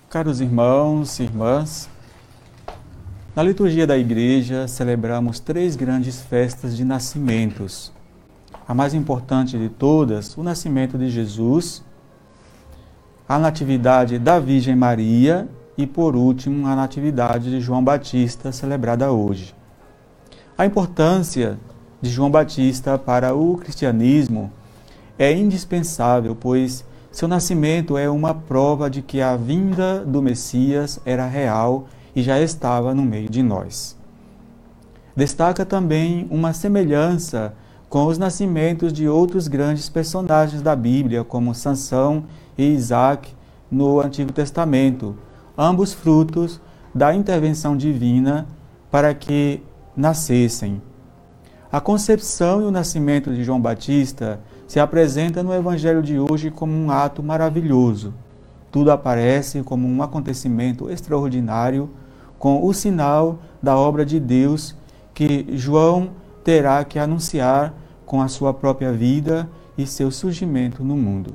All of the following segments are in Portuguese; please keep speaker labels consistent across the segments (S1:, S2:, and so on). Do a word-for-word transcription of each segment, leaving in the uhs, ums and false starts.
S1: Caros irmãos e irmãs, na liturgia da Igreja celebramos três grandes festas de nascimentos. A mais importante de todas, o nascimento de Jesus, a natividade da Virgem Maria e, por último, a natividade de João Batista, celebrada hoje. A importância de João Batista para o cristianismo é indispensável, pois seu nascimento é uma prova de que a vinda do Messias era real e já estava no meio de nós. Destaca também uma semelhança com os nascimentos de outros grandes personagens da Bíblia, como Sansão e Isaac no Antigo Testamento, ambos frutos da intervenção divina para que nascessem. A concepção e o nascimento de João Batista se apresenta no Evangelho de hoje como um ato maravilhoso. Tudo aparece como um acontecimento extraordinário, com o sinal da obra de Deus que João terá que anunciar com a sua própria vida e seu surgimento no mundo.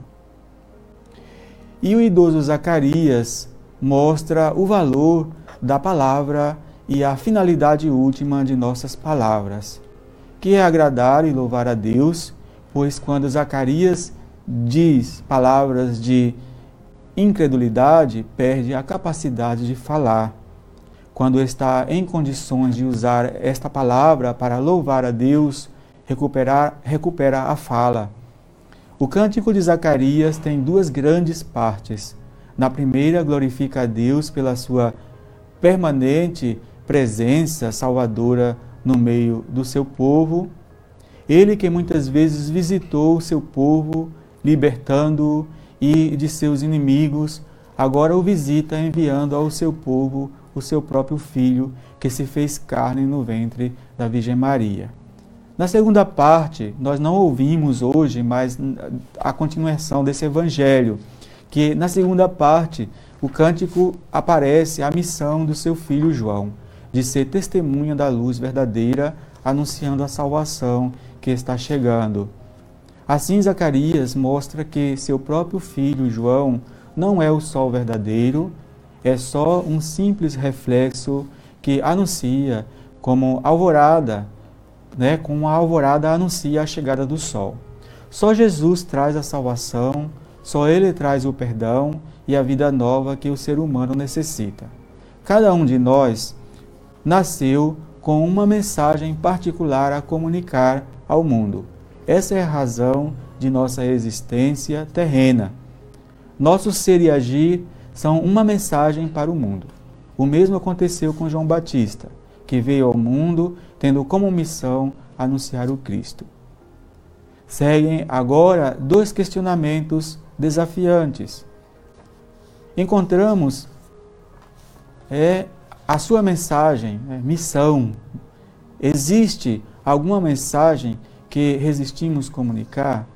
S1: E o idoso Zacarias mostra o valor da palavra e a finalidade última de nossas palavras, que é agradar e louvar a Deus, pois quando Zacarias diz palavras de incredulidade, perde a capacidade de falar. Quando está em condições de usar esta palavra para louvar a Deus, recuperar, recupera a fala. O cântico de Zacarias tem duas grandes partes. Na primeira, glorifica a Deus pela sua permanente presença salvadora no meio do seu povo. Ele que muitas vezes visitou o seu povo, libertando-o e de seus inimigos, agora o visita enviando ao seu povo o seu próprio Filho, que se fez carne no ventre da Virgem Maria. Na segunda parte, nós não ouvimos hoje, mas a continuação desse evangelho, que na segunda parte, o cântico aparece a missão do seu filho João, de ser testemunha da luz verdadeira, anunciando a salvação que está chegando. Assim, Zacarias mostra que seu próprio filho João não é o sol verdadeiro, é só um simples reflexo que anuncia como alvorada, né, como a alvorada anuncia a chegada do sol. Só Jesus traz a salvação, só Ele traz o perdão e a vida nova que o ser humano necessita. Cada um de nós nasceu com uma mensagem particular a comunicar ao mundo. Essa é a razão de nossa existência terrena. Nosso ser e agir são uma mensagem para o mundo. O mesmo aconteceu com João Batista, que veio ao mundo tendo como missão anunciar o Cristo. Seguem agora dois questionamentos desafiantes. Encontramos é, a sua mensagem, é, missão. Existe alguma mensagem que resistimos comunicar?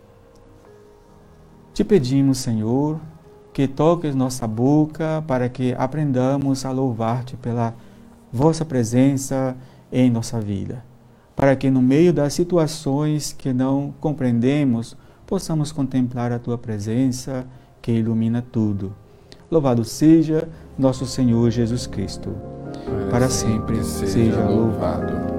S1: Te pedimos, Senhor, que toques nossa boca para que aprendamos a louvar-te pela vossa presença em nossa vida, para que no meio das situações que não compreendemos, possamos contemplar a tua presença que ilumina tudo. Louvado seja nosso Senhor Jesus Cristo. Para, para sempre, sempre seja louvado.